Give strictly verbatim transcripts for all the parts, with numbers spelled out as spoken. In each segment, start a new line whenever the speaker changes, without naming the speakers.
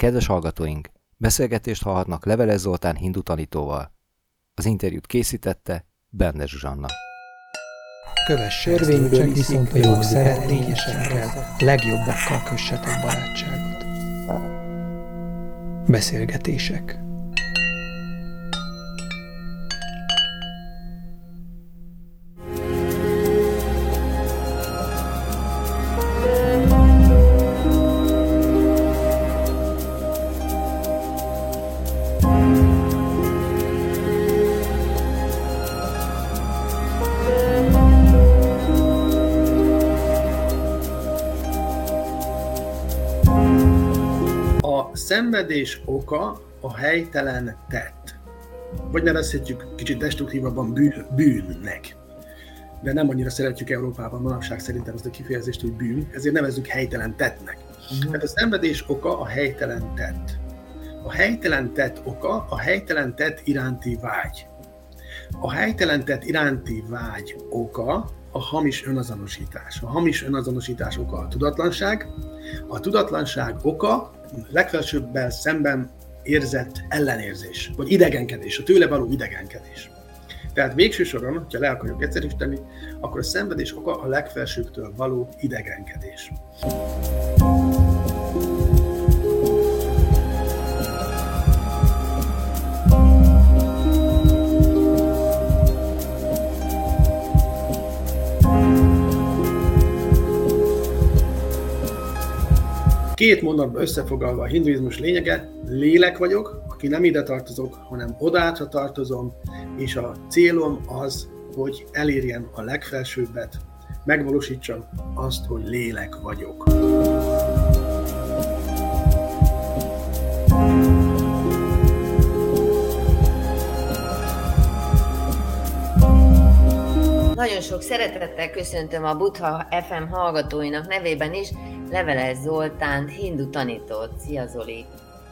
Kedves hallgatóink, beszélgetést hallhatnak Leveles Zoltán hindu tanítóval. Az interjút készítette Bende Zsuzsanna.
Kövess törvényből viszont a jó szeretnényesekkel, legjobbakkal kössetek barátságot. Beszélgetések.
Szenvedés oka a helytelen tett. Vagy nevezhetjük kicsit destruktívabban bűn, bűnnek. De nem annyira szeretjük Európában manapság szerintem ezt a kifejezést, hogy bűn, ezért nevezzük helytelen tettnek. Uh-huh. Tehát a szenvedés oka a helytelen tett. A helytelen tett oka a helytelen tett iránti vágy. A helytelen tett iránti vágy oka a hamis önazonosítás. A hamis önazonosítás oka a tudatlanság. A tudatlanság oka legfelsőbbel szemben érzett ellenérzés, vagy idegenkedés, a tőle való idegenkedés. Tehát végső soron, ha le akarjuk egyszerűsíteni, akkor a szenvedés oka a legfelsőbbtől való idegenkedés. Két mondatban összefoglalva a hinduizmus lényege: lélek vagyok, aki nem ide tartozok, hanem odátra tartozom, és a célom az, hogy elérjem a legfelsőbbet, megvalósítsam azt, hogy lélek vagyok.
Nagyon sok szeretettel köszöntöm a Buddha ef em hallgatóinak nevében is Leveles Zoltánt, hindu tanítót. Szia Zoli!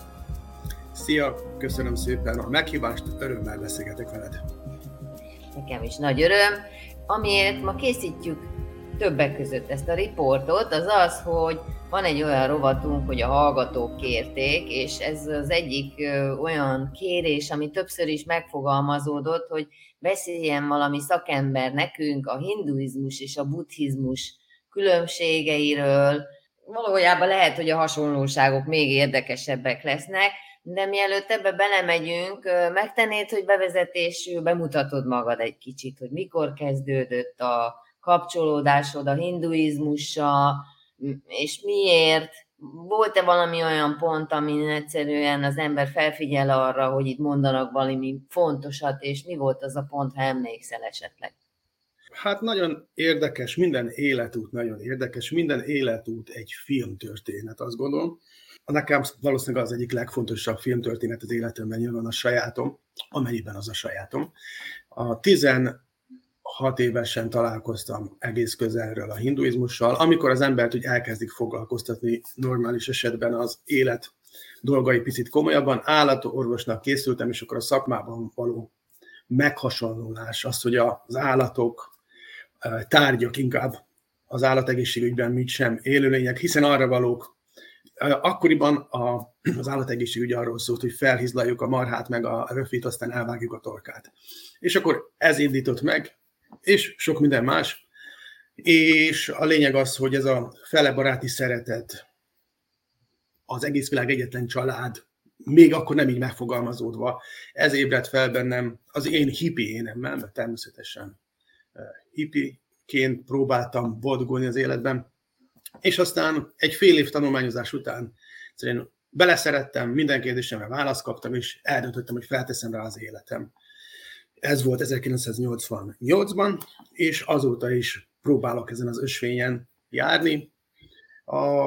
Szia! Köszönöm szépen a meghívást, örömmel beszélgetek veled.
Nekem is nagy öröm. Amiért ma készítjük többek között ezt a riportot, az az, hogy van egy olyan rovatunk, hogy a hallgatók kérték, és ez az egyik ö, olyan kérés, ami többször is megfogalmazódott, hogy beszéljen valami szakember nekünk a hinduizmus és a buddhizmus különbségeiről. Valójában lehet, hogy a hasonlóságok még érdekesebbek lesznek, de mielőtt ebbe belemegyünk, megtennéd, hogy bevezetésül bemutatod magad egy kicsit, hogy mikor kezdődött a kapcsolódásod a hinduizmussal, és miért? Volt-e valami olyan pont, amin egyszerűen az ember felfigyel arra, hogy itt mondanak valami fontosat, és mi volt az a pont, ha emlékszel esetleg?
Hát nagyon érdekes, minden életút nagyon érdekes, minden életút egy filmtörténet, azt gondolom. Nekem valószínűleg az egyik legfontosabb filmtörténet az életemben nyilván a sajátom, amennyiben az a sajátom. A tizenhat évesen találkoztam egész közelről a hinduizmussal, amikor az embert úgy elkezdik foglalkoztatni normális esetben az élet dolgai picit komolyabban. Állatorvosnak készültem, és akkor a szakmában való meghasonlulás, az, hogy az állatok, tárgyak inkább az állategészségügyben, mint sem élőlények, hiszen arra valók. Akkoriban a, az állategészségügy arról szólt, hogy felhizlaljuk a marhát meg a röfit, aztán elvágjuk a torkát. És akkor ez indított meg, és sok minden más. És a lényeg az, hogy ez a fele baráti szeretet, az egész világ egyetlen család, még akkor nem így megfogalmazódva, ez ébredt fel bennem az én hippi énemmel, mert természetesen hippiként próbáltam boldogulni az életben. És aztán egy fél év tanulmányozás után egyszerűen beleszerettem, minden kérdésemre választ kaptam, és eldöntöttem, hogy felteszem rá az életem. Ez volt ezerkilencszáznyolcvannyolcban, és azóta is próbálok ezen az ösvényen járni. A...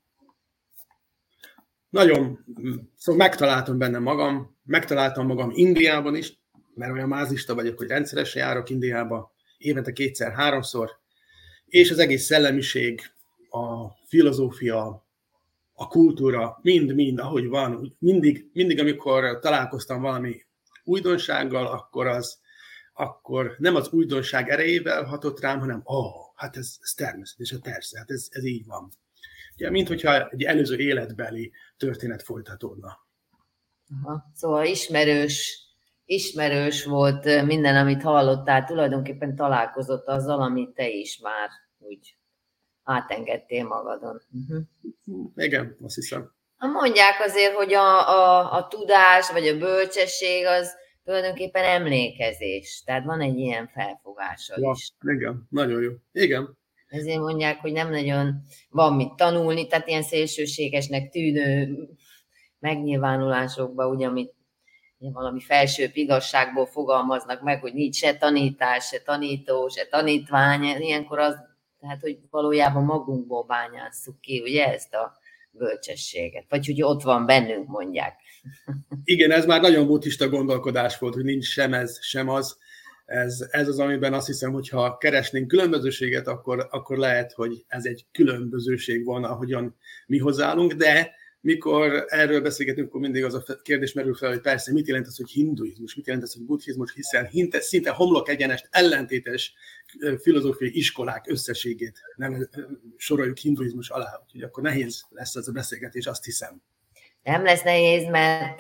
Nagyon, szóval megtaláltam benne magam, megtaláltam magam Indiában is, mert olyan mázista vagyok, hogy rendszeresen járok Indiába, évente kétszer-háromszor, és az egész szellemiség, a filozófia, a kultúra, mind-mind, ahogy van, mindig, mindig, amikor találkoztam valami újdonsággal, akkor az, akkor nem az újdonság erejével hatott rám, hanem ó, oh, hát ez, ez természetes, persze, hát ez, ez így van. Ugye, mint hogyha egy előző életbeli történet folytatódna.
Aha. Szóval ismerős, ismerős volt minden, amit hallottál, tulajdonképpen találkozott azzal, amit te is már úgy átengedtél magadon. Uh-huh.
Igen, azt hiszem.
Mondják azért, hogy a, a, a tudás vagy a bölcsesség az tulajdonképpen emlékezés. Tehát van egy ilyen felfogása
ja,
is.
Igen, nagyon jó. Igen.
Ezért mondják, hogy nem nagyon van mit tanulni, tehát ilyen szélsőségesnek tűnő megnyilvánulásokban, ugye, amit valami felsőbb igazságból fogalmaznak meg, hogy nincs se tanítás, se tanító, se tanítvány, ilyenkor az, tehát, hogy valójában magunkból bányásszuk ki, ugye, ezt a bölcsességet. Vagy hogy ott van bennünk, mondják.
Igen, ez már nagyon buddhista gondolkodás volt, hogy nincs sem ez, sem az. Ez, ez az, amiben azt hiszem, hogy ha keresnénk különbözőséget, akkor, akkor lehet, hogy ez egy különbözőség van, ahogyan mi hozzáállunk, de mikor erről beszélgetünk, akkor mindig az a kérdés merül fel, hogy persze, mit jelent az, hogy hinduizmus, mit jelent az, hogy buddhizmus, hiszen hinte, szinte homlok egyenest ellentétes filozófiai iskolák összességét nem soroljuk hinduizmus alá, úgyhogy akkor nehéz lesz ez a beszélgetés, azt hiszem.
Nem lesz nehéz, mert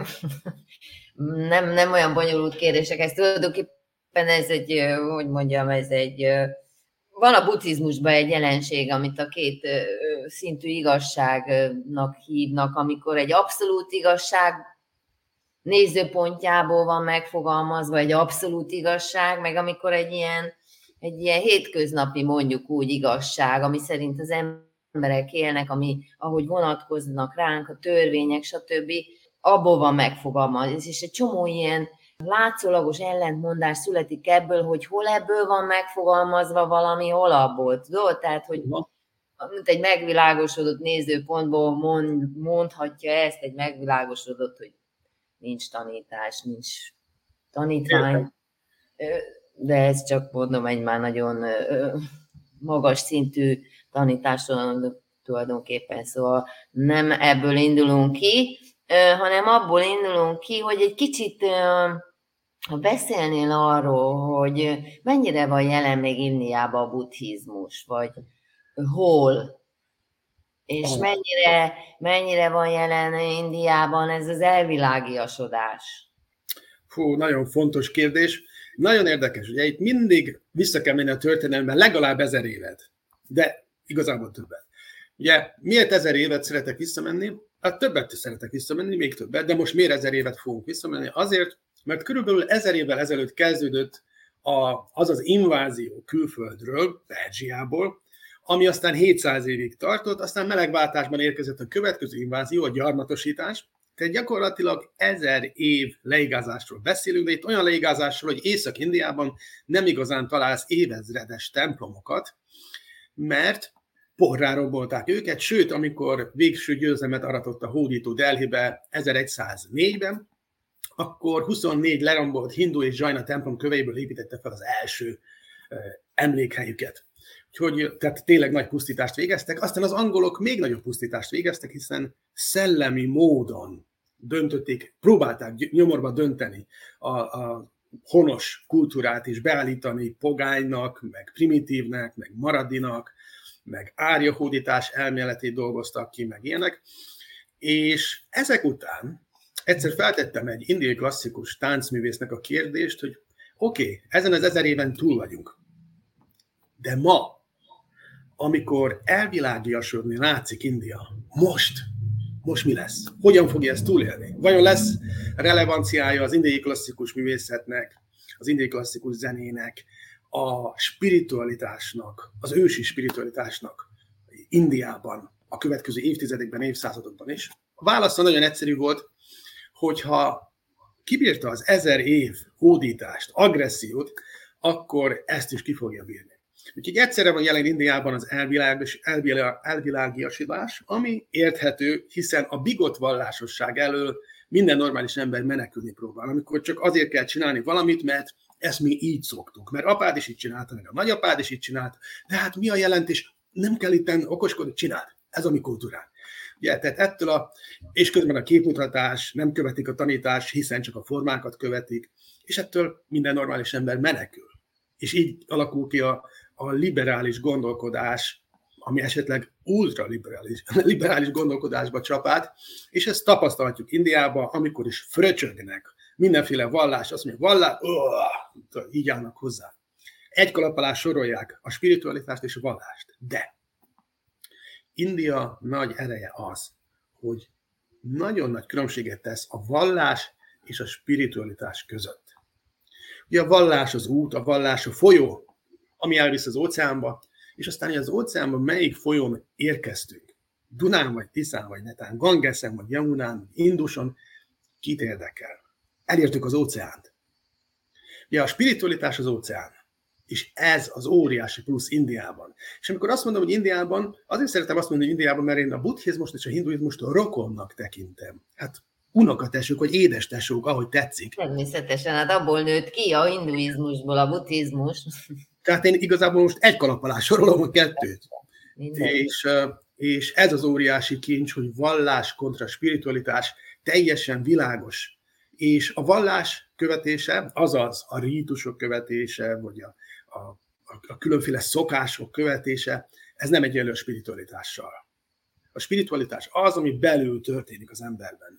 nem, nem olyan bonyolult kérdések, ez tulajdonképpen ez egy, hogy mondjam, ez egy, van a buddhizmusban egy jelenség, amit a két szintű igazságnak hívnak, amikor egy abszolút igazság nézőpontjából van megfogalmazva egy abszolút igazság, meg amikor egy ilyen, egy ilyen hétköznapi, mondjuk úgy igazság, ami szerint az emberek élnek, ami, ahogy vonatkoznak ránk a törvények, stb., abból van megfogalmazva. És egy csomó ilyen látszólagos ellentmondás születik ebből, hogy hol ebből van megfogalmazva valami, hol abból, tudod? Tehát, hogy mint egy megvilágosodott nézőpontból mond, mondhatja ezt egy megvilágosodott, hogy nincs tanítás, nincs tanítvány, de ez csak mondom egy már nagyon magas szintű tanítás tulajdonképpen, szóval nem ebből indulunk ki, hanem abból indulunk ki, hogy egy kicsit ha beszélnél arról, hogy mennyire van jelen még Indiában a buddhizmus, vagy hol, és mennyire, mennyire van jelen Indiában ez az elvilágiasodás?
Fú, nagyon fontos kérdés. Nagyon érdekes, ugye itt mindig vissza kell menni a történelemben legalább ezer évet, de igazából többet. Ugye miért ezer évet szeretek visszamenni? Hát többet szeretek visszamenni, még többet, de most miért ezer évet fogunk visszamenni? Azért, mert körülbelül ezer évvel ezelőtt kezdődött a, az az invázió külföldről, Perzsiából, ami aztán hétszáz évig tartott, aztán melegváltásban érkezett a következő invázió, a gyarmatosítás. Tehát gyakorlatilag ezer év leigázásról beszélünk, de itt olyan leigázásról, hogy Észak-Indiában nem igazán találsz évezredes templomokat, mert porrá rombolták őket, sőt, amikor végső győzelmet aratott a hódító Delhibe ezeregyszáznégyben, akkor huszonnégy lerombolt hindu és zsajna templom köveiből építette fel az első uh, emlékhelyüket. Úgyhogy tehát tényleg nagy pusztítást végeztek, aztán az angolok még nagyobb pusztítást végeztek, hiszen szellemi módon döntötték, próbálták nyomorba dönteni a, a honos kultúrát és beállítani pogánynak, meg primitívnek, meg maradinak, meg árja hódítás elméletét dolgoztak ki, meg ilyenek. És ezek után egyszer feltettem egy indiai klasszikus táncművésznek a kérdést, hogy oké, okay, ezen az ezer éven túl vagyunk, de ma, amikor elvilágiasodni látszik India, most, most mi lesz? Hogyan fogja ezt túlélni? Vajon lesz relevanciája az indiai klasszikus művészetnek, az indiai klasszikus zenének, a spiritualitásnak, az ősi spiritualitásnak Indiában a következő évtizedekben, évszázadokban is? A válasz nagyon egyszerű volt, hogyha kibírta az ezer év hódítást, agressziót, akkor ezt is ki fogja bírni. Úgyhogy egyszerre van jelen Indiában az elvilágos, elvilá, elvilágiasodás, ami érthető, hiszen a bigott vallásosság elől minden normális ember menekülni próbál, amikor csak azért kell csinálni valamit, mert ezt mi így szoktunk, mert apád is így csinálta, meg a nagyapád is így csinálta, de hát mi a jelentés? Nem kell itten okoskodni, csináld. Ez a mi kultúránk. Ugye, tehát ettől a, és közben a képmutatás, nem követik a tanítás, hiszen csak a formákat követik, és ettől minden normális ember menekül. És így alakul ki a, a liberális gondolkodás ami esetleg ultraliberális liberális gondolkodásba csap át, és ezt tapasztalhatjuk Indiában, amikor is fröcsögnek mindenféle vallás, azt mondja, vallás, oh, így állnak hozzá. Egy kalap alá sorolják a spiritualitást és a vallást. De India nagy ereje az, hogy nagyon nagy különbséget tesz a vallás és a spiritualitás között. Ugye a vallás az út, a vallás a folyó, ami elvisz az óceánba, és aztán, hogy az óceánban melyik folyón érkeztünk, Dunán, vagy Tiszán, vagy netán, Gangeszen, vagy Yamunán, Induson, kit érdekel? Elértük az óceánt. Ugye a spiritualitás az óceán, és ez az óriási plusz Indiában. És amikor azt mondom, hogy Indiában, azért szeretem azt mondani, hogy Indiában, mert én a buddhizmust és a hinduizmust rokonnak tekintem. Hát unokatesók, vagy édestesók, ahogy tetszik.
Természetesen, hát abból nőtt ki a hinduizmusból a buddhizmus.
Tehát én igazából most egy kalap alá sorolom a kettőt. És, és ez az óriási kincs, hogy vallás kontra spiritualitás teljesen világos. És a vallás követése, azaz a rítusok követése, vagy a, a, a különféle szokások követése, ez nem egyenlő a spiritualitással. A spiritualitás az, ami belül történik az emberben.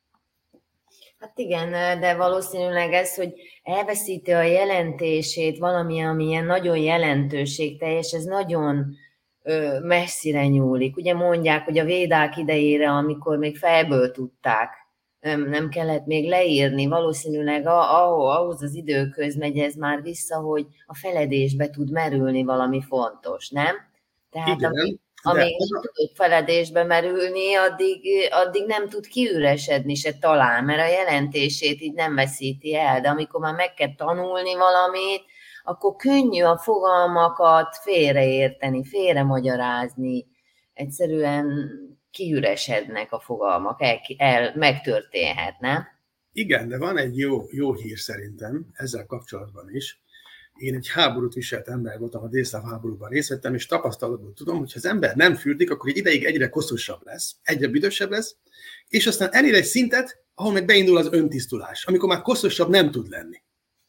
Hát igen, de valószínűleg ez, hogy elveszíti a jelentését valami, ami ilyen nagyon jelentőségteljes, ez nagyon ö, messzire nyúlik. Ugye mondják, hogy a védák idejére, amikor még fejből tudták, nem kellett még leírni, valószínűleg ahhoz az időköz megy ez már vissza, hogy a feledésbe tud merülni valami fontos, nem? Tehát
igen,
amíg, amíg nem tud feledésbe merülni, addig, addig nem tud kiüresedni se talán, mert a jelentését így nem veszíti el, de amikor már meg kell tanulni valamit, akkor könnyű a fogalmakat félreérteni, félremagyarázni, egyszerűen kiüresednek a fogalmak, el, el, megtörténhet, nem?
Igen, de van egy jó, jó hír szerintem ezzel kapcsolatban is. Én egy háborút viselt ember voltam, a délszláv háborúban részt vettem, és tapasztalatból tudom, hogy ha az ember nem fürdik, akkor egy ideig egyre koszosabb lesz, egyre büdösebb lesz, és aztán elér egy szintet, ahol meg beindul az öntisztulás, amikor már koszosabb nem tud lenni.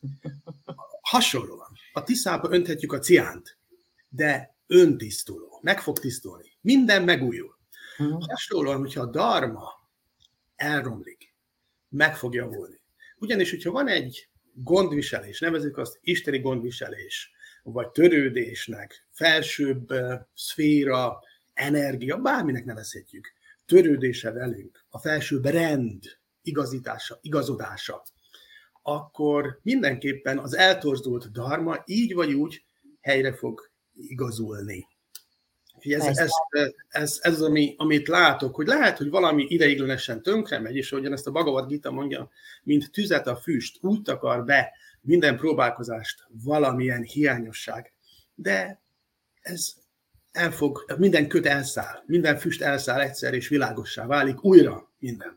Hasonlóan, a Tiszába önthetjük a ciánt, de öntisztuló, meg fog tisztulni, minden megújul. Hasonlóan, hogyha a dharma elromlik, meg fog javulni. Ugyanis, hogyha van egy gondviselés, nevezzük azt isteni gondviselés, vagy törődésnek, felsőbb uh, szféra, energia, bárminek nevezhetjük, törődése velünk, a felsőbb rend igazítása, igazodása, akkor mindenképpen az eltorzult dharma így vagy úgy helyre fog igazulni. Ez, ez, ez, ez az, ami, amit látok, hogy lehet, hogy valami ideiglenesen tönkre megy, és ahogyan ezt a Bhagavad Gita mondja, mint tüzet a füst, úgy takar be minden próbálkozást valamilyen hiányosság, de ez elfog, minden köt elszáll, minden füst elszáll egyszer, és világossá válik újra minden.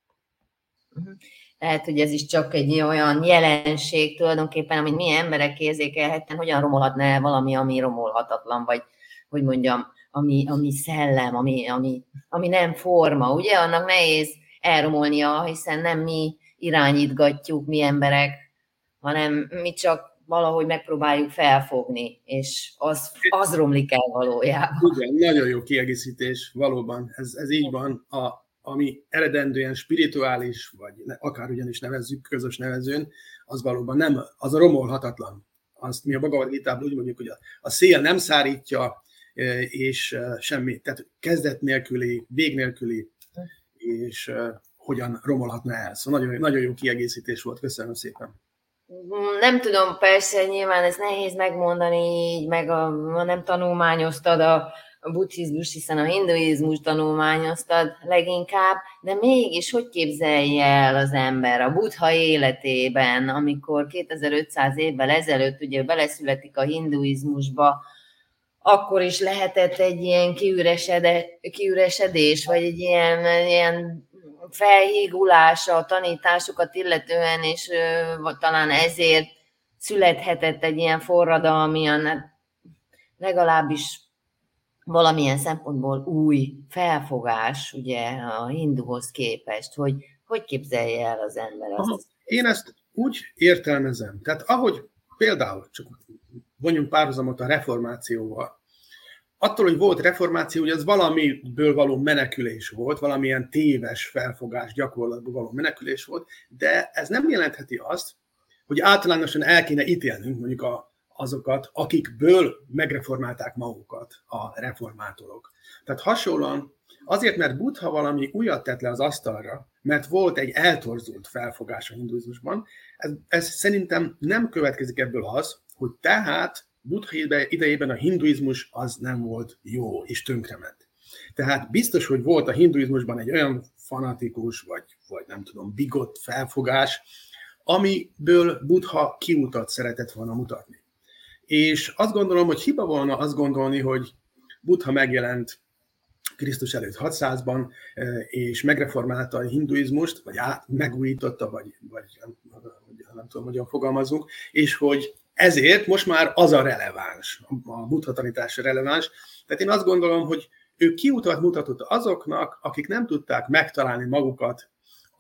Lehet, hogy ez is csak egy olyan jelenség tulajdonképpen, amit mi emberek érzékelhetnek, hogyan romolhatna el valami, ami romolhatatlan, vagy hogy mondjam, ami, ami szellem, ami, ami, ami nem forma, ugye? Annak nehéz elromolnia, hiszen nem mi irányítgatjuk, mi emberek, hanem mi csak valahogy megpróbáljuk felfogni, és az, az romlik el valójában.
Igen, nagyon jó kiegészítés, valóban, ez, ez így van, a, ami eredendően spirituális, vagy akár ugyanis nevezzük közös nevezőn, az valóban nem, az a romolhatatlan. Azt mi a Bhagavad Gitában úgy mondjuk, hogy a, a szél nem szárítja, és semmi, tehát kezdet nélküli, vég nélküli, és hogyan romolhatna el. Szóval nagyon, nagyon jó kiegészítés volt, köszönöm szépen.
Nem tudom, persze, nyilván ez nehéz megmondani így, meg a, nem tanulmányoztad a buddhizmus, hiszen a hinduizmus tanulmányoztad leginkább, de mégis hogy képzelje el az ember a buddha életében, amikor kétezer-ötszáz évvel ezelőtt ugye beleszületik a hinduizmusba, akkor is lehetett egy ilyen kiüresede, kiüresedés, vagy egy ilyen, ilyen felhígulása a tanításokat illetően, és ö, talán ezért születhetett egy ilyen forradalmian, hát legalábbis valamilyen szempontból új felfogás, ugye, a hinduhoz képest, hogy hogy képzelje el az ember azt?
Aha, én ezt úgy értelmezem, tehát ahogy például, csak vonjunk párhuzamot a reformációval, attól, hogy volt reformáció, hogy az valamiből való menekülés volt, valamilyen téves felfogás, gyakorlatból való menekülés volt, de ez nem jelentheti azt, hogy általánosan el kéne ítélnünk mondjuk a, azokat, akikből megreformálták magukat a reformátorok. Tehát hasonlóan azért, mert Buddha valami újat tett le az asztalra, mert volt egy eltorzult felfogás a hinduizmusban, ez, ez szerintem nem következik ebből az, hogy tehát Buddha idejében a hinduizmus az nem volt jó, és tönkrement. Tehát biztos, hogy volt a hinduizmusban egy olyan fanatikus, vagy, vagy nem tudom, bigott felfogás, amiből Buddha kiutat szeretett volna mutatni. És azt gondolom, hogy hiba volna azt gondolni, hogy Buddha megjelent Krisztus előtt hatszázban, és megreformálta a hinduizmust, vagy át, megújította, vagy, vagy nem tudom, hogyan fogalmazunk, és hogy ezért most már az a releváns, a Buddha tanítása releváns. Tehát én azt gondolom, hogy ő kiutat mutatott azoknak, akik nem tudták megtalálni magukat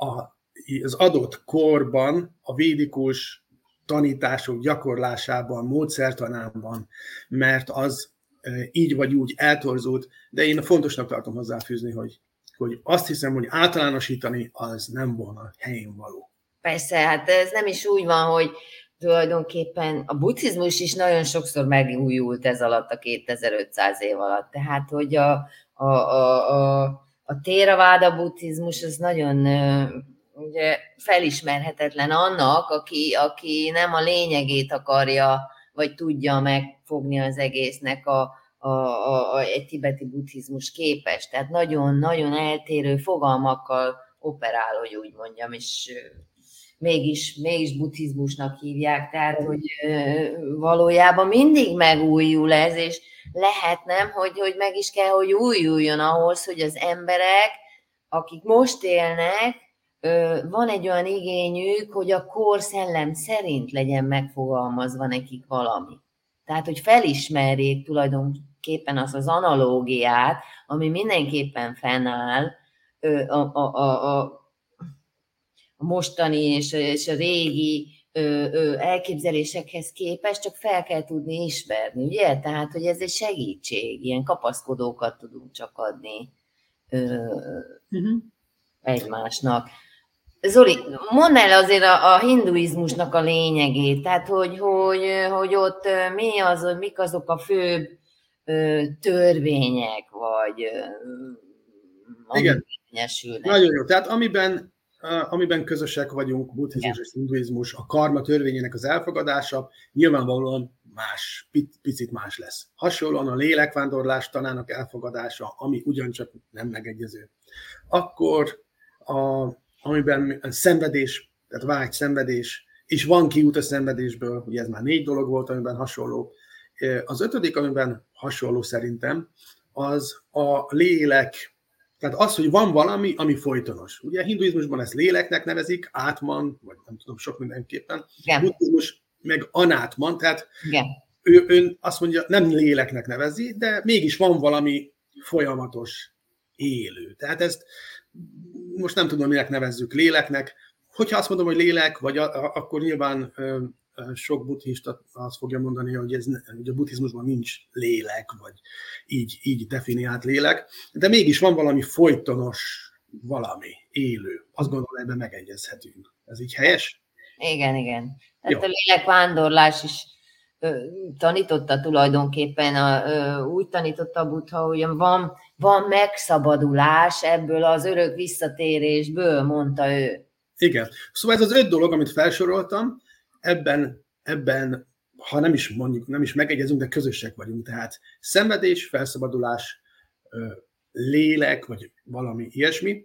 az adott korban, a védikus tanítások gyakorlásában, módszertanában, mert az így vagy úgy eltorzult, de én fontosnak tartom hozzáfűzni, hogy, hogy azt hiszem, hogy általánosítani az nem volna helyén való.
Persze, hát ez nem is úgy van, hogy tulajdonképpen a buddhizmus is nagyon sokszor megújult ez alatt a kétezer-ötszáz év alatt. Tehát, hogy a, a, a, a, a Theravada buddhizmus az nagyon ugye, felismerhetetlen annak, aki, aki nem a lényegét akarja, vagy tudja megfogni az egésznek a, a, a, a, egy tibeti buddhizmus képes. Tehát nagyon-nagyon eltérő fogalmakkal operál, hogy úgy mondjam, és mégis, mégis buddhizmusnak hívják, tehát hogy valójában mindig megújul ez, és lehet nem, hogy, hogy meg is kell, hogy újuljon ahhoz, hogy az emberek, akik most élnek, van egy olyan igényük, hogy a kor szellem szerint legyen megfogalmazva nekik valami. Tehát, hogy felismerjék tulajdonképpen azt az analógiát, ami mindenképpen fennáll a, a, a, a a mostani és, és a régi ö, ö, elképzelésekhez képest, csak fel kell tudni ismerni, ugye? Tehát, hogy ez egy segítség, ilyen kapaszkodókat tudunk csak adni ö, uh-huh. egymásnak. Zoli, mondd el azért a, a hinduizmusnak a lényegét, tehát, hogy, hogy, hogy ott mi az, hogy mik azok a főbb ö, törvények, vagy ö,
igen, nagyon jó. Tehát amiben amiben közösek vagyunk, buddhizmus és hinduizmus, a karma törvényének az elfogadása nyilvánvalóan más, picit más lesz. Hasonlóan a lélekvándorlás tanának elfogadása, ami ugyancsak nem megegyező. Akkor, a, amiben szenvedés, tehát vágy, szenvedés, és van kiút a szenvedésből, ugye ez már négy dolog volt, amiben hasonló. Az ötödik, amiben hasonló szerintem, az a lélek. Tehát az, hogy van valami, ami folytonos. Ugye a hinduizmusban ezt léleknek nevezik, átman, vagy nem tudom, sok mindenképpen. A buddhizmus meg anátman, tehát ő, ő azt mondja, nem léleknek nevezi, de mégis van valami folyamatos élő. Tehát ezt most nem tudom, minek nevezzük léleknek. Hogyha azt mondom, hogy lélek, vagy a, a, akkor nyilván ö, sok buddhista azt fogja mondani, hogy, ez, hogy a buddhizmusban nincs lélek, vagy így, így definiált lélek, de mégis van valami folytonos, valami élő. Azt gondolom, ebben megegyezhetünk. Ez így helyes?
Igen, igen. Tehát jó. A lélekvándorlás is ö, tanította tulajdonképpen, a, ö, úgy tanította a Buddha, hogy van, van megszabadulás ebből az örök visszatérésből, mondta ő.
Igen. Szóval ez az öt dolog, amit felsoroltam, Ebben, ebben, ha nem is mondjuk, nem is megegyezünk, de közösek vagyunk. Tehát szenvedés, felszabadulás, lélek, vagy valami ilyesmi.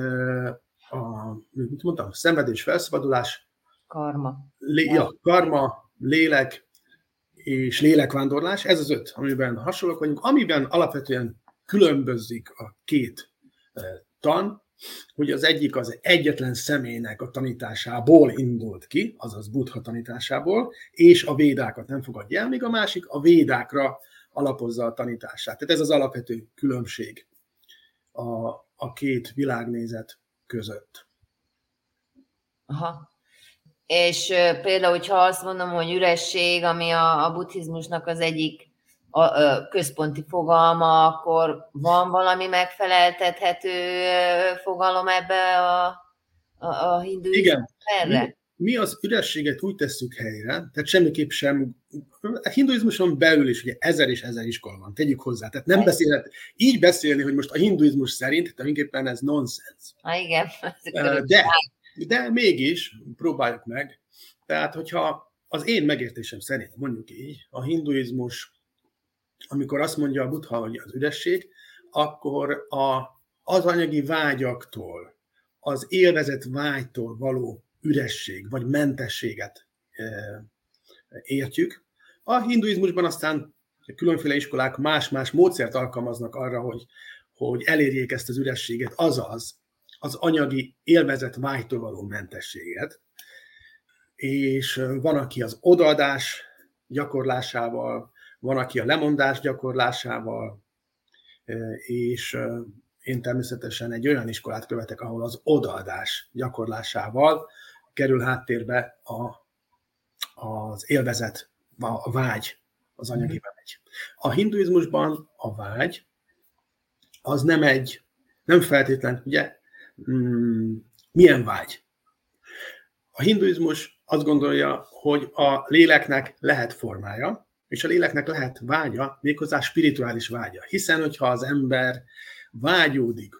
A, mit mondtam? Szenvedés, felszabadulás.
Karma.
Lé, ja, karma, lélek és lélekvándorlás. Ez az öt, amiben hasonlók vagyunk. Amiben alapvetően különbözik a két tan, hogy az egyik az egyetlen személynek a tanításából indult ki, azaz Buddha tanításából, és a védákat nem fogadja el, míg a másik a védákra alapozza a tanítását. Tehát ez az alapvető különbség a, a két világnézet között.
Aha. És például, hogyha azt mondom, hogy üresség, ami a, a buddhizmusnak az egyik a, a központi fogalma, akkor van valami megfeleltethető fogalom ebbe a, a, a hinduizmusban erre?
Mi, mi az ürességet úgy tesszük helyre, tehát semmiképp sem, a hinduizmuson belül is ugye ezer és ezer iskola van, tegyük hozzá. Tehát nem beszélhet, így beszélni, hogy most a hinduizmus szerint, tulajdonképpen ez nonsens.
Ha igen.
De, de mégis próbáljuk meg. Tehát, hogyha az én megértésem szerint, mondjuk így, a hinduizmus, amikor azt mondja a Buddha, hogy az üresség, akkor a, az anyagi vágyaktól, az élvezett vágytól való üresség, vagy mentességet e, értjük. A hinduizmusban aztán különféle iskolák más-más módszert alkalmaznak arra, hogy, hogy elérjék ezt az ürességet, azaz az anyagi élvezett vágytól való mentességet. És van, aki az odaadás gyakorlásával, van, aki a lemondás gyakorlásával, és én természetesen egy olyan iskolát követek, ahol az odaadás gyakorlásával kerül háttérbe a, az élvezet, a vágy az anyagibe megy. A hinduizmusban a vágy az nem egy, nem feltétlen, ugye, mm, milyen vágy? A hinduizmus azt gondolja, hogy a léleknek lehet formája, és a léleknek lehet vágya, méghozzá spirituális vágya. Hiszen, hogyha az ember vágyódik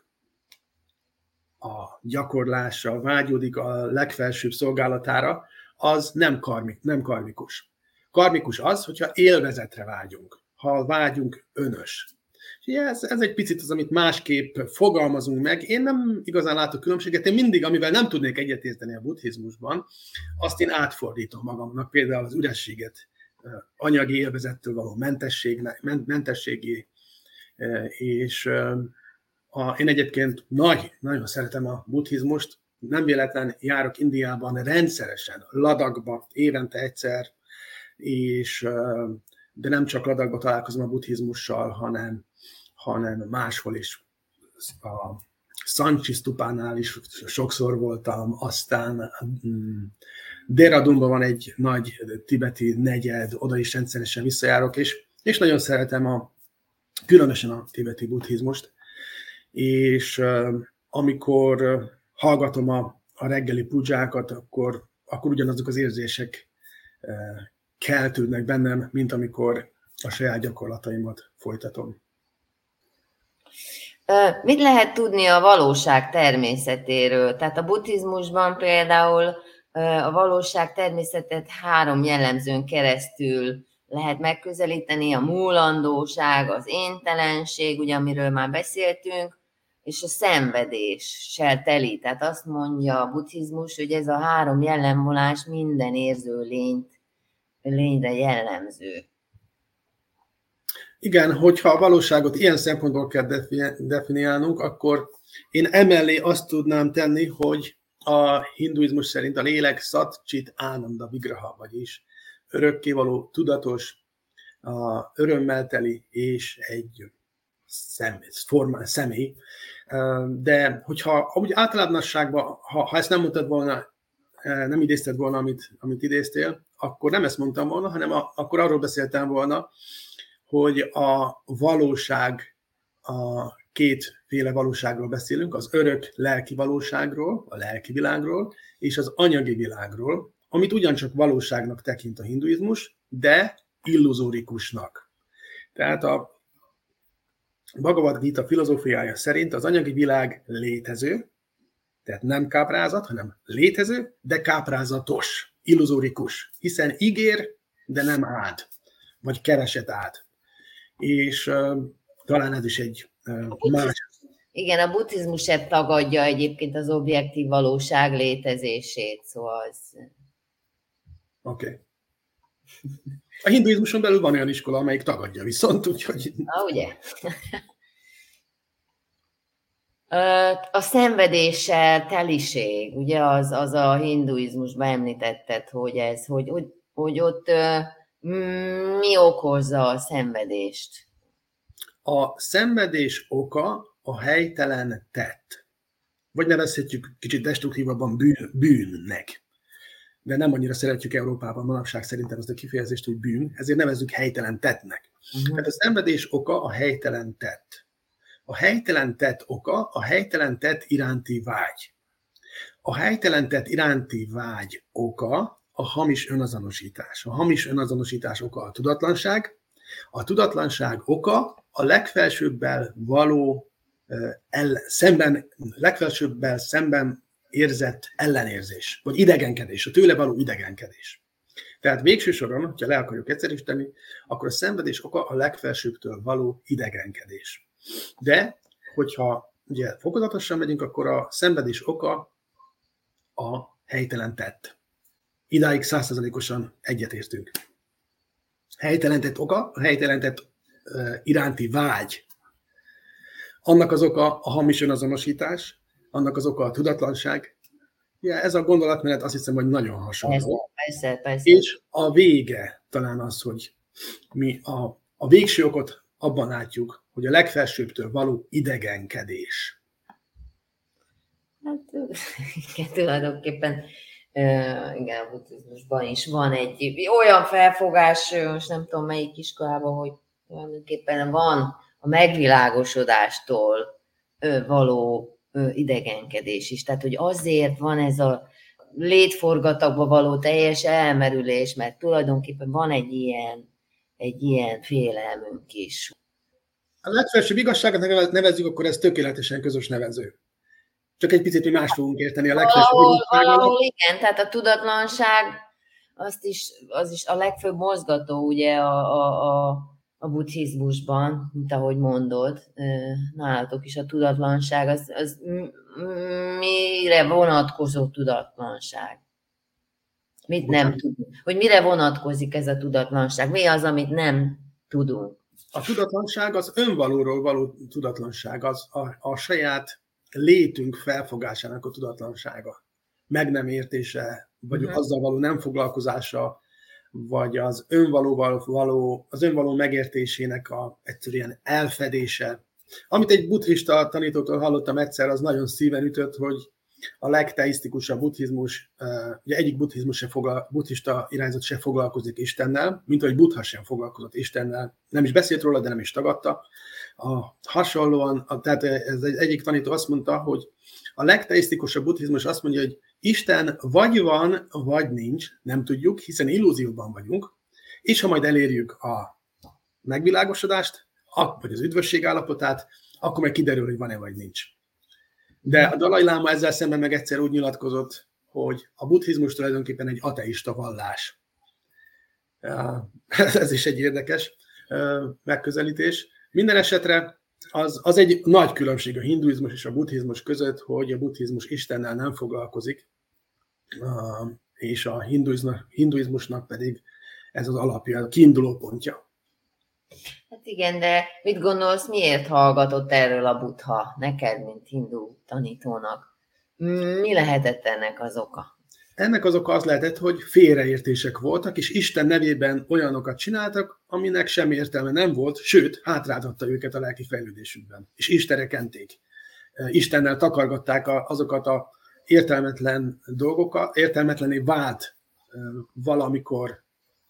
a gyakorlásra, vágyódik a legfelsőbb szolgálatára, az nem, karmik, nem karmikus. Karmikus az, hogyha élvezetre vágyunk, ha vágyunk önös. Ez, ez egy picit az, amit másképp fogalmazunk meg. Én nem igazán látok különbséget. Én mindig, amivel nem tudnék egyetérteni a buddhizmusban, azt én átfordítom magamnak, például az ürességet anyagi élvezettől való mentesség, mentességé, és a, én egyébként nagy, nagyon szeretem a buddhizmust, nem véletlen járok Indiában rendszeresen, Ladakba, évente egyszer, és, de nem csak Ladakba találkozom a buddhizmussal, hanem, hanem máshol is. A Sanchi Stupánál is sokszor voltam, aztán Dehradunban van egy nagy tibeti negyed, oda is rendszeresen visszajárok, és, és nagyon szeretem a, különösen a tibeti buddhizmust, és uh, amikor uh, hallgatom a, a reggeli pudzsákat, akkor, akkor ugyanazok az érzések uh, keltődnek bennem, mint amikor a saját gyakorlataimat folytatom.
Mit lehet tudni a valóság természetéről? Tehát a buddhizmusban például a valóság természetet három jellemzőn keresztül lehet megközelíteni, a múlandóság, az éntelenség, ugye, amiről már beszéltünk, és a szenvedéssel teli. Tehát azt mondja a buddhizmus, hogy ez a három jellemvonás minden érző lényt, lényre jellemző.
Igen, hogyha a valóságot ilyen szempontból kell definiálnunk, akkor én emellé azt tudnám tenni, hogy a hinduizmus szerint a lélek Sat Chit Ananda Vigraha, vagyis örökkévaló, tudatos, a örömmel teli és egy szem, formál, személy. De hogyha úgy általánosságban, ha, ha ezt nem mondtad volna, nem idézted volna, amit, amit idéztél, akkor nem ezt mondtam volna, hanem a, akkor arról beszéltem volna, hogy a valóság, a kétféle valóságról beszélünk, az örök lelki valóságról, a lelki világról, és az anyagi világról, amit ugyancsak valóságnak tekint a hinduizmus, de illuzórikusnak. Tehát a Bhagavad Gita filozófiája szerint az anyagi világ létező, tehát nem káprázat, hanem létező, de káprázatos, illuzórikus, hiszen ígér, de nem áld, vagy keveset áld. És uh, talán ez is egy uh, más...
Igen, a buddhizmus sem tagadja egyébként az objektív valóság létezését, szóval az...
Oké. Okay. A hinduizmuson belül van olyan iskola, amelyik tagadja viszont, úgyhogy...
Na, ugye? A szenvedéssel teliség, ugye az, az a hinduizmusban említetted, hogy ez, hogy, hogy, hogy ott mi okozza a szenvedést?
A szenvedés oka a helytelen tett. Vagy nevezhetjük kicsit destruktívabban bűn, bűnnek. de nem annyira szeretjük Európában manapság szerintem azt a kifejezést, hogy bűn, ezért nevezzük helytelen tettnek. Uh-huh. Tehát a szenvedés oka a helytelen tett. A helytelen tett oka a helytelen tett iránti vágy. A helytelen tett iránti vágy oka a hamis önazonosítás. A hamis önazonosítás oka a tudatlanság. A tudatlanság oka a legfelsőbbel való el, szemben, legfelsőbbel szemben érzett ellenérzés, vagy idegenkedés, a tőle való idegenkedés. Tehát végső soron, ha le akarjuk egyszerűsíteni, akkor a szenvedés oka a legfelsőbbtől való idegenkedés. De, hogyha ugye fokozatosan megyünk, akkor a szenvedés oka a helytelen tett. Idáig száz százalékosan egyetértünk. Helytelen tett oka, a helytelen tett uh, iránti vágy. Annak az oka a hamis önazonosítás, annak az oka a tudatlanság. Ja, ez a gondolatmenet azt hiszem, hogy nagyon hasonló.
Persze, persze, persze.
És a vége talán az, hogy mi a, a végső okot abban látjuk, hogy a legfelsőbbtől való idegenkedés.
Hát igen, tulajdonképpen uh, igen, a buddhizmusban is van egy olyan felfogás, most nem tudom melyik iskolában, hogy tulajdonképpen van a megvilágosodástól való idegenkedés is. Tehát, hogy azért van ez a létforgatagba való teljes elmerülés, mert tulajdonképpen van egy ilyen, egy ilyen félelmünk is.
A legfelsőbb igazságot nevezzük, akkor ez tökéletesen közös nevező. Csak egy picit mi más fogunk érteni a legfelsőbb igazságot.
Igen, tehát a tudatlanság azt is, az is a legfőbb mozgató ugye a, a, a a buddhizmusban, mint ahogy mondod, nálatok is a tudatlanság, az, az mire vonatkozó tudatlanság? Mit nem tudunk? Hogy mire vonatkozik ez a tudatlanság? Mi az, amit nem tudunk?
A tudatlanság az önvalóról való tudatlanság, az a, a saját létünk felfogásának a tudatlansága. Meg nem értése, vagy uh-huh. azzal való nem foglalkozása, vagy az önvalóval való, az önvaló megértésének a egyszerűen elfedése. Amit egy buddhista tanítótól hallottam egyszer, az nagyon szíven ütött, hogy a legteisztikusabb buddhizmus, ugye egyik buddhizmus se foglal, buddhista irányzat se foglalkozik Istennel, mint ahogy Buddha sem foglalkozott Istennel. Nem is beszélt róla, de nem is tagadta. A, hasonlóan, a, tehát ez egy, egyik tanító azt mondta, hogy a legteisztikusabb buddhizmus azt mondja, hogy Isten vagy van, vagy nincs, nem tudjuk, hiszen illúzióban vagyunk, és ha majd elérjük a megvilágosodást, vagy az üdvösség állapotát, akkor meg kiderül, hogy van-e vagy nincs. De a Dalai Láma ezzel szemben meg egyszer úgy nyilatkozott, hogy a buddhizmus tulajdonképpen egy ateista vallás. Ez is egy érdekes megközelítés. Minden esetre az, az egy nagy különbség a hinduizmus és a buddhizmus között, hogy a buddhizmus Istennel nem foglalkozik, és a hinduizmusnak pedig ez az alapja, a kiinduló pontja.
Hát igen, de mit gondolsz, miért hallgatott erről a Buddha neked, mint hindu tanítónak? Mi lehetett ennek az oka?
Ennek az oka az lehetett, hogy félreértések voltak, és Isten nevében olyanokat csináltak, aminek sem értelme nem volt, sőt, hátráltatta őket a lelki fejlődésükben, és Istenre kenték. Istennel takargatták azokat a értelmetlen dolgokat, értelmetlené vált valamikor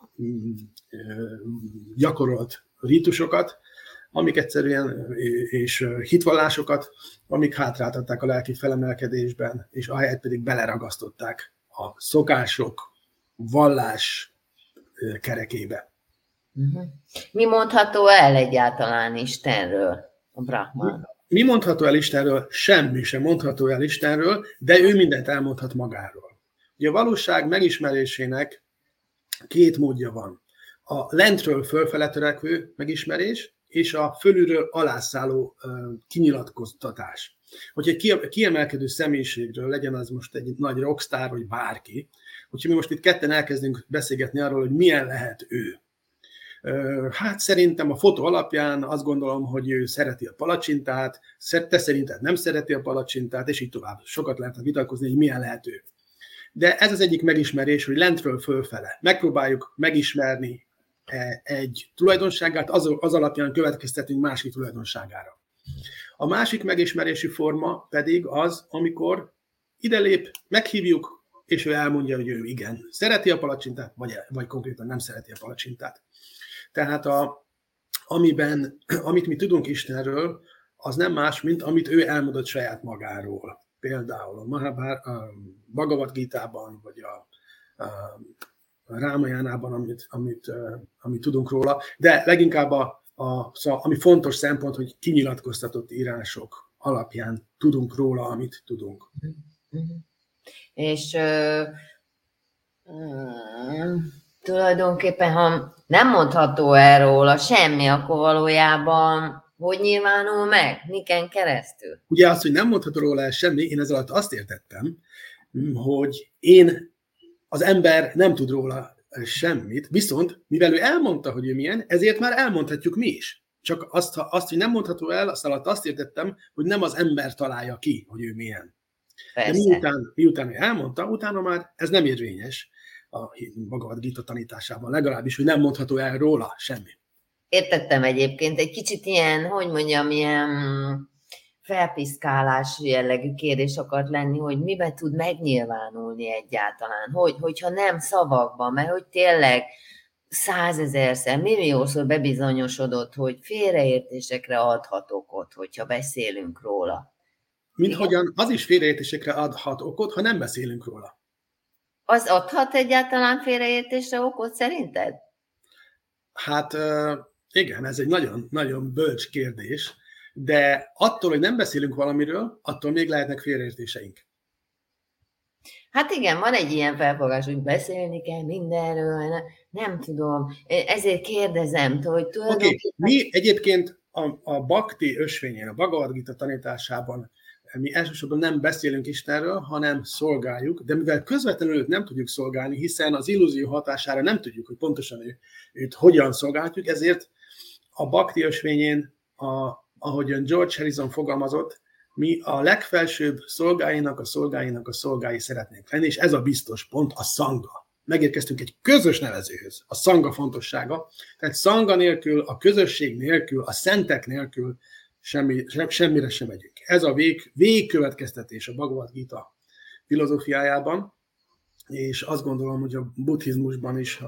gyakorolt rítusokat, amik egyszerűen, és hitvallásokat, amik hátráltatták a lelki felemelkedésben, és ahelyett pedig beleragasztották a szokások, vallás kerekébe.
Uh-huh. Mi mondható el egyáltalán Istenről, a Brahman?
Mi mondható el Istenről? Semmi sem mondható el Istenről, de ő mindent elmondhat magáról. Ugye a valóság megismerésének két módja van. A lentről fölfele törekvő megismerés, és a fölülről alászálló kinyilatkoztatás. Hogyha egy kiemelkedő személyiségről, legyen az most egy nagy rockstar, vagy bárki, hogyha mi most itt ketten elkezdünk beszélgetni arról, hogy milyen lehet ő. Hát szerintem a fotó alapján azt gondolom, hogy ő szereti a palacsintát, te szerinted nem szereti a palacsintát, és így tovább. Sokat lehet vitatkozni, hogy milyen lehet ő. De ez az egyik megismerés, hogy lentről fölfele. Megpróbáljuk megismerni egy tulajdonságát, az, az alapján következtetünk másik tulajdonságára. A másik megismerési forma pedig az, amikor ide lép, meghívjuk, és ő elmondja, hogy ő igen, szereti a palacsintát, vagy, vagy konkrétan nem szereti a palacsintát. Tehát a, amiben, amit mi tudunk Istenről, az nem más, mint amit ő elmondott saját magáról. Például a, Mahabhar- a Bhagavad Gitában, vagy a, a Rámajánában, amit, amit, amit tudunk róla, de leginkább a, a, szóval, ami fontos szempont, hogy kinyilatkoztatott írások alapján tudunk róla, amit tudunk.
És ö, ö, tulajdonképpen, ha nem mondható el róla semmi, akkor valójában hogy nyilvánul meg? Miken keresztül?
Ugye azt, hogy nem mondható róla el semmi, én ezzel alatt azt értettem, hogy én, az ember nem tud róla semmit, viszont mivel ő elmondta, hogy ő milyen, ezért már elmondhatjuk mi is. Csak azt, azt hogy nem mondható el, azt alatt azt értettem, hogy nem az ember találja ki, hogy ő milyen.
Persze.
De miután, miután ő elmondta, utána már ez nem érvényes a Bhagavad Gita tanításában, legalábbis, hogy nem mondható el róla semmi.
Értettem egyébként, egy kicsit ilyen, hogy mondjam, ilyen felpiszkálás jellegű kérdés akart lenni, hogy miben tud megnyilvánulni egyáltalán, hogy, hogyha nem szavakban, mert hogy tényleg százezerszer, milliószor bebizonyosodott, hogy félreértésekre adhat okot, hogyha beszélünk róla.
Mint hogyan az is félreértésekre adhat okot, ha nem beszélünk róla.
Az adhat egyáltalán félreértésre okot szerinted?
Hát igen, ez egy nagyon, nagyon bölcs kérdés, de attól, hogy nem beszélünk valamiről, attól még lehetnek félreértéseink.
Hát igen, van egy ilyen felfogás, hogy beszélni kell mindenről, nem, nem tudom, ezért kérdezem, hogy tulajdonképpen...
Okay. Mi egyébként a, a Bhakti ösvényén, a Bhagavad Gita tanításában mi elsősorban nem beszélünk Istenről, hanem szolgáljuk, de mivel közvetlenül őt nem tudjuk szolgálni, hiszen az illúzió hatására nem tudjuk, hogy pontosan ő, őt hogyan szolgáljuk, ezért a Bhakti ösvényén, a, ahogyan George Harrison fogalmazott, mi a legfelsőbb szolgáinak, a szolgáinak a szolgái szeretnénk lenni, és ez a biztos pont, a szanga. Megérkeztünk egy közös nevezőhöz, a szanga fontossága. Tehát szanga nélkül, a közösség nélkül, a szentek nélkül semmi, semmire sem megyünk. Ez a vég, végkövetkeztetés a Bhagavad Gita filozófiájában, és azt gondolom, hogy a buddhizmusban is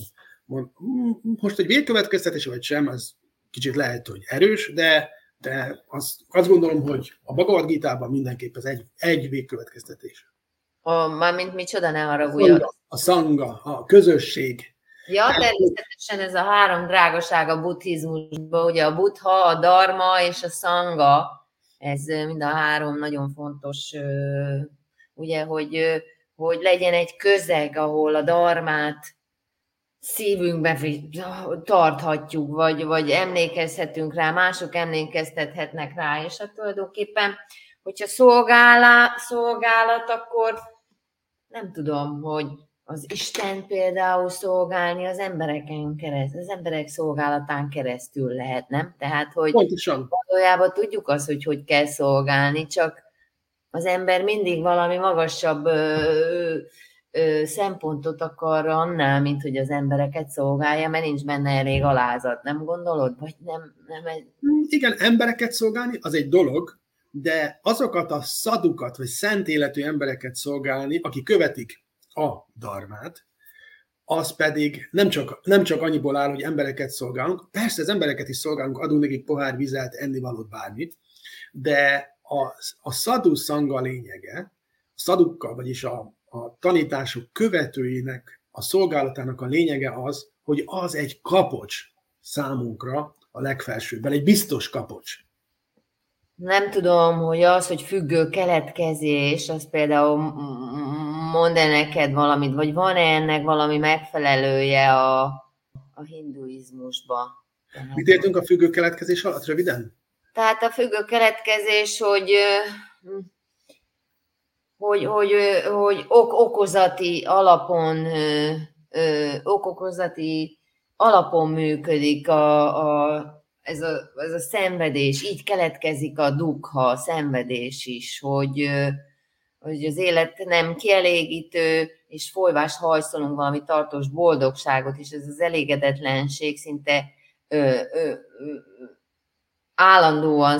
most egy végkövetkeztetés vagy sem, ez kicsit lehet, hogy erős, de, de azt, azt gondolom, hogy a Bhagavad Gitában mindenképp ez egy, egy végkövetkeztetés.
A, mármint micsoda, ne haragudjon.
A szanga, a közösség.
Ja, természetesen ez a három drágaság a buddhizmusban, ugye a buddha, a dharma és a szanga, ez mind a három nagyon fontos, ugye, hogy, hogy legyen egy közeg, ahol a dharmát szívünkbe tarthatjuk, vagy, vagy emlékezhetünk rá, mások emlékeztethetnek rá, és hát tulajdonképpen, hogyha szolgálat, szolgálat, akkor nem tudom, hogy az Isten például szolgálni az embereken keresztül, az emberek szolgálatán keresztül lehet, nem? Tehát, hogy
Pontosan.
valójában tudjuk azt, hogy hogy kell szolgálni, csak az ember mindig valami magasabb ö, ö, szempontot akar annál, mint hogy az embereket szolgálja, mert nincs benne elég alázat, nem gondolod? Vagy nem, nem egy...
Igen, embereket szolgálni az egy dolog, de azokat a szadukat, vagy szent életű embereket szolgálni, akik követik a dharmát, az pedig nem csak, nem csak annyiból áll, hogy embereket szolgálunk, persze az embereket is szolgálunk, adunk nekik pohár vizet, ennivalót, bármit, de a, a szadhu szanga lényege, a szadukkal, vagyis a, a tanítások követőinek a szolgálatának a lényege az, hogy az egy kapocs számunkra a legfelsőbben, egy biztos kapocs.
Nem tudom, hogy az, hogy függő keletkezés, az például mond-e neked valamit, vagy van-e ennek valami megfelelője a, a hinduizmusban?
Mit értünk a függő keletkezés alatt, röviden?
Tehát a függő keletkezés, hogy, hogy, hogy, hogy ok, okozati alapon, okokozati alapon működik a, a Ez a, ez a szenvedés, így keletkezik a dukha, a szenvedés is, hogy, hogy az élet nem kielégítő, és folyvást hajszolunk valami tartós boldogságot, és ez az elégedetlenség szinte ö, ö, ö, állandóan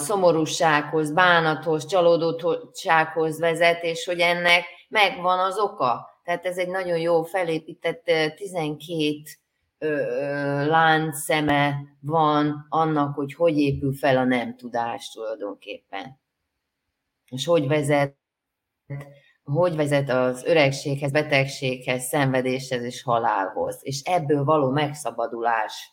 szomorúsághoz, bánathoz, csalódottsághoz vezet, és hogy ennek megvan az oka. tehát ez egy nagyon jó felépített tizenkét láncszeme van annak, hogy hogy épül fel a nem tudás tulajdonképpen. És hogy vezet, hogy vezet az öregséghez, betegséghez, szenvedéshez és halálhoz. És ebből való megszabadulás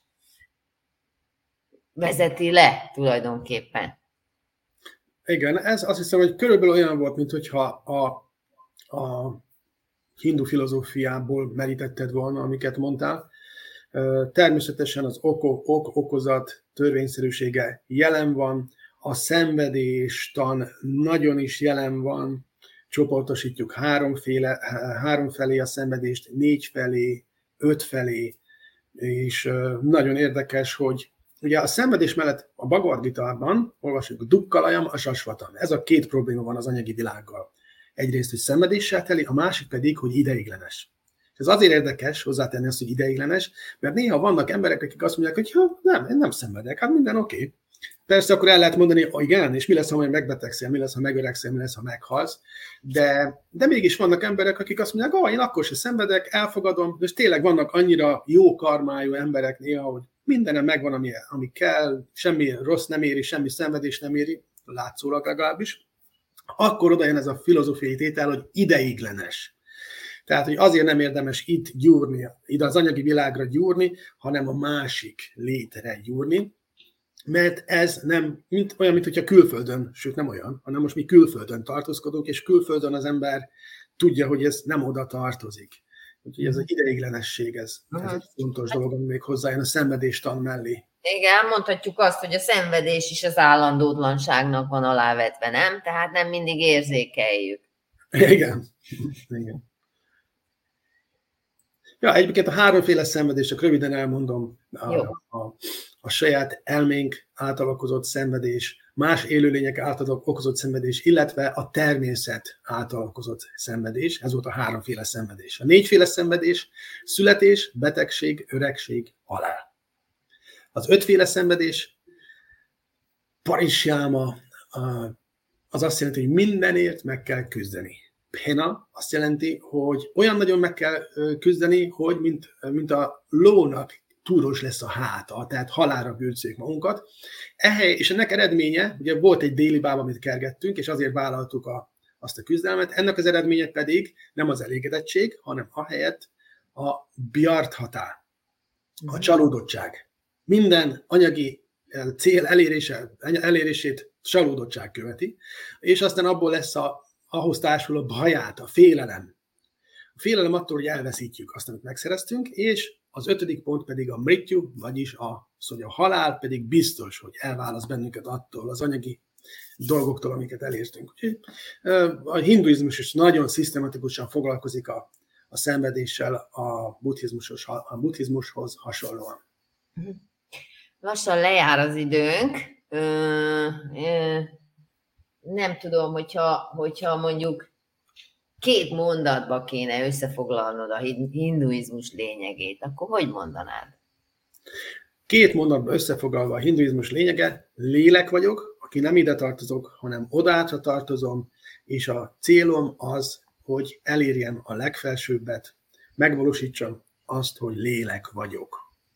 vezeti le tulajdonképpen.
Igen, ez azt hiszem, hogy körülbelül olyan volt, mint hogyha a, a hindu filozófiából merítetted volna, amiket mondtál. Természetesen az ok, ok, okozat törvényszerűsége jelen van, a szenvedéstan nagyon is jelen van, csoportosítjuk háromféle, háromfelé a szenvedést, négy felé, öt felé, és nagyon érdekes, hogy ugye a szenvedés mellett a Bhagavad Gitában olvasjuk Dukkalajam, a Sasvatam. Ez a két probléma van az anyagi világgal. Egyrészt, hogy szenvedéssel teli, a másik pedig, hogy ideiglenes. Ez azért érdekes hozzátenni azt, hogy ideiglenes, mert néha vannak emberek, akik azt mondják, hogy ha, nem, én nem szenvedek, hát minden oké. Okay. Persze akkor el lehet mondani, hogy igen, és mi lesz, ha majd megbetegszel, mi lesz, ha megöregszel, mi lesz, ha meghalsz. De, de mégis vannak emberek, akik azt mondják, hogy én akkor se szenvedek, elfogadom, és tényleg vannak annyira jó karmájú emberek néha, hogy mindenem megvan, ami, ami kell, semmi rossz nem éri, semmi szenvedés nem éri, látszólag legalábbis. Akkor oda jön ez a filozófiai tétel, hogy ideiglenes. Tehát, hogy azért nem érdemes itt gyúrni, ide az anyagi világra gyúrni, hanem a másik létre gyúrni, mert ez nem mint, olyan, mint hogyha külföldön, sőt nem olyan, hanem most mi külföldön tartózkodunk, és külföldön az ember tudja, hogy ez nem oda tartozik. Úgyhogy ez egy ideiglenesség, ez, ez egy fontos dolog, ami még hozzájön a szenvedéstan mellé.
Igen, mondhatjuk azt, hogy a szenvedés is az állandótlanságnak van alávetve, nem? Tehát nem mindig érzékeljük.
Igen. Igen. Ja, egyébként a háromféle szenvedés, csak röviden elmondom, a, a, a saját elménk által okozott szenvedés, más élőlények által okozott szenvedés, illetve a természet által okozott szenvedés. Ez volt a háromféle szenvedés. A négyféle szenvedés: születés, betegség, öregség, halál. Az ötféle szenvedés: parisjáma, az azt jelenti, hogy mindenért meg kell küzdeni. Pena azt jelenti, hogy olyan nagyon meg kell küzdeni, hogy mint, mint a lónak túros lesz a háta, tehát halálra győzzük magunkat. Ehely, és ennek eredménye, ugye volt egy déli báb, amit kergettünk, és azért vállaltuk a, azt a küzdelmet, ennek az eredménye pedig nem az elégedettség, hanem ahelyett a biarthatá, a csalódottság. Minden anyagi cél elérése, elérését csalódottság követi, és aztán abból lesz a ahhoz társul a baját, a félelem. A félelem attól, hogy elveszítjük azt, amit megszereztünk, és az ötödik pont pedig a mrityu, vagyis a, szóval a halál pedig biztos, hogy elválaszt bennünket attól az anyagi dolgoktól, amiket elértünk. Úgyhogy a hinduizmus is nagyon szisztematikusan foglalkozik a, a szenvedéssel a buddhizmushoz, a buddhizmushoz hasonlóan.
Lassan lejár az időnk. Ö, ö, nem tudom, hogyha, hogyha mondjuk két mondatba kéne összefoglalnod a hinduizmus lényegét, akkor hogy mondanád?
Két mondatba összefoglalva a hinduizmus lényege: lélek vagyok, aki nem ide tartozok, hanem odátra tartozom, és a célom az, hogy elérjem a legfelsőbbet, megvalósítsam azt, hogy lélek vagyok.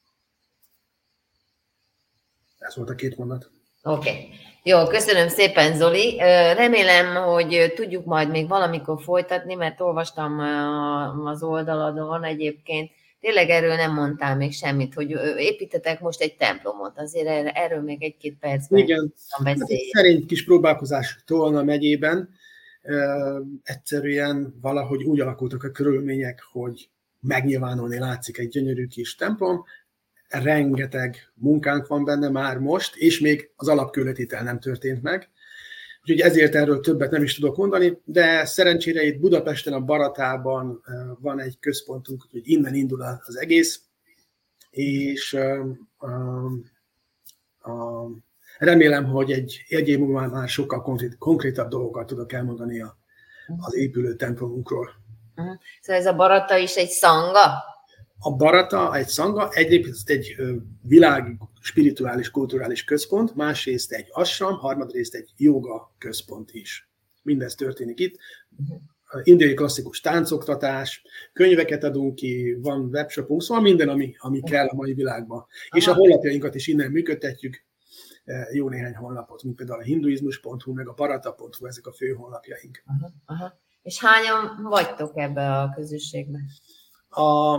Ez volt a két mondat.
Oké. Okay. Jó, köszönöm szépen, Zoli. Remélem, hogy tudjuk majd még valamikor folytatni, mert olvastam az oldaladon egyébként. Tényleg erről nem mondtál még semmit, hogy építetek most egy templomot. Azért erről még egy-két percben.
Igen, hát szerint kis próbálkozás Tolna megyében. Egyszerűen valahogy úgy alakultak a körülmények, hogy megnyilvánulni látszik egy gyönyörű kis templom. Rengeteg munkánk van benne már most, és még az alapkőletétel nem történt meg. Úgyhogy ezért erről többet nem is tudok mondani, de szerencsére itt Budapesten, a Baratában van egy központunk, úgyhogy innen indul az egész, és uh, uh, uh, remélem, hogy egy, egy év múlva már sokkal konkrét, konkrétabb dolgokat tudok elmondani a, az épülő templomunkról.
Uh-huh. Szóval ez a Barata is egy szanga?
A Barata egy szanga, egyébként egy világi, spirituális, kulturális központ, másrészt egy ashram, harmadrészt egy joga központ is. Mindez történik itt. indiai klasszikus táncoktatás, könyveket adunk ki, van webshopunk, szóval minden, ami, ami kell a mai világban. Aha. És a honlapjainkat is innen működtetjük, jó néhány honlapot, mint például a hinduizmus pont hu, meg a parata pont hu, ezek a fő honlapjaink.
Aha, aha. És hányan vagytok ebbe a közösségbe?
A,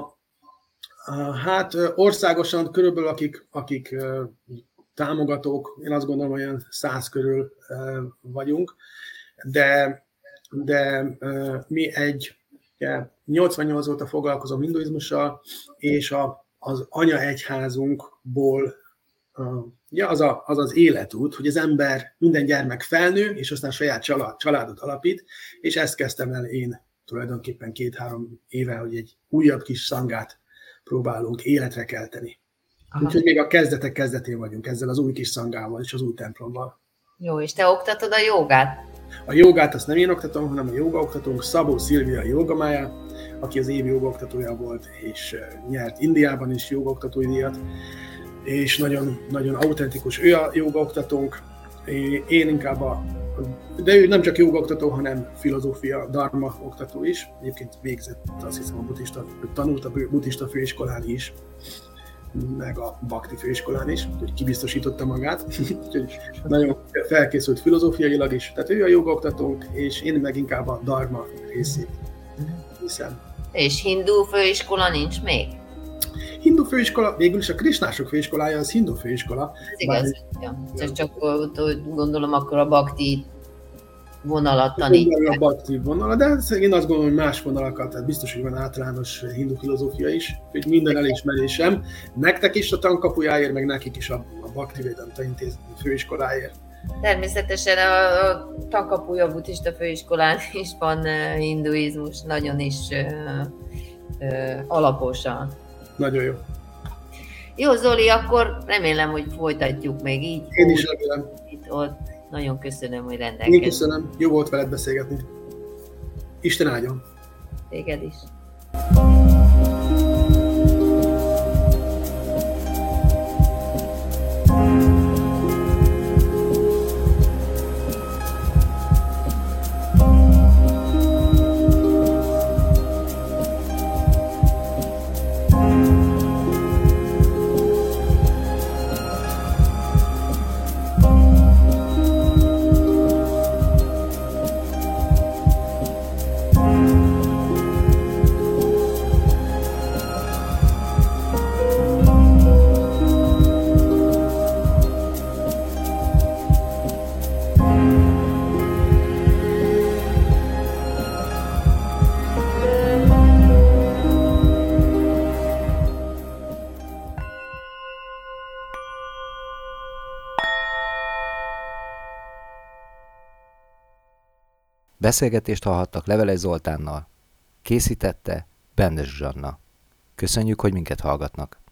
a, hát országosan körülbelül akik, akik támogatók, én azt gondolom, olyan száz körül vagyunk, de, de mi egy nyolcvannyolc óta foglalkozom hinduizmussal, és a, az anyaegyházunkból ja, az, a, az az életút, hogy az ember, minden gyermek felnő, és aztán saját család, családot alapít, és ezt kezdtem el én tulajdonképpen két-három éve, hogy egy újabb kis szangát próbálunk életre kelteni. Aha. Úgyhogy még a kezdetek kezdetén vagyunk ezzel az új kis szangával és az új templommal.
Jó, és te oktatod a jogát?
A jogát azt nem én oktatom, hanem a jogaoktatónk, Szabó Szilvia jogamája, aki az évi jogaoktatója volt, és nyert Indiában is jogaoktatói díjat, és nagyon, nagyon autentikus ő a jogaoktatónk. Én inkább a, de ő nem csak jogaoktató, hanem filozófia, dharma oktató is. Egyébként végzett, azt hiszem, a buddhista, tanult a buddhista főiskolán is, meg a Bhakti főiskolán is, hogy kibiztosította magát, úgyhogy nagyon felkészült filozófiailag is. Tehát ő a jogaoktatónk, és én meg inkább a dharma részét hiszem.
És hindu főiskola nincs még?
Hindu főiskola, végül is a krisnások főiskolája az hindu főiskola.
Ez igaz, ja. Csak, csak gondolom akkor a Bhakti vonalat tanítják.
A Bhakti vonalat, de én azt gondolom, hogy más vonalakat, tehát biztos, hogy van általános hindu filozófia is, hogy minden elismerésem. Nektek is a tankapujáért, meg nekik is a, a Bhakti Vedanta Intézet főiskoláért.
Természetesen a, a tankapuja buddhista főiskolán is van uh, hinduizmus, nagyon is uh, uh, alaposan.
Nagyon jó.
Jó, Zoli, akkor remélem, hogy folytatjuk még így.
Én is remélem.
Itt, ott. Nagyon köszönöm, hogy rendelkezz.
Én köszönöm. Jó volt veled beszélgetni. Isten áldjon.
Téged is.
Beszélgetést hallhattak Leveles Zoltánnal. Készítette Bendes Zsanna. Köszönjük, hogy minket hallgatnak.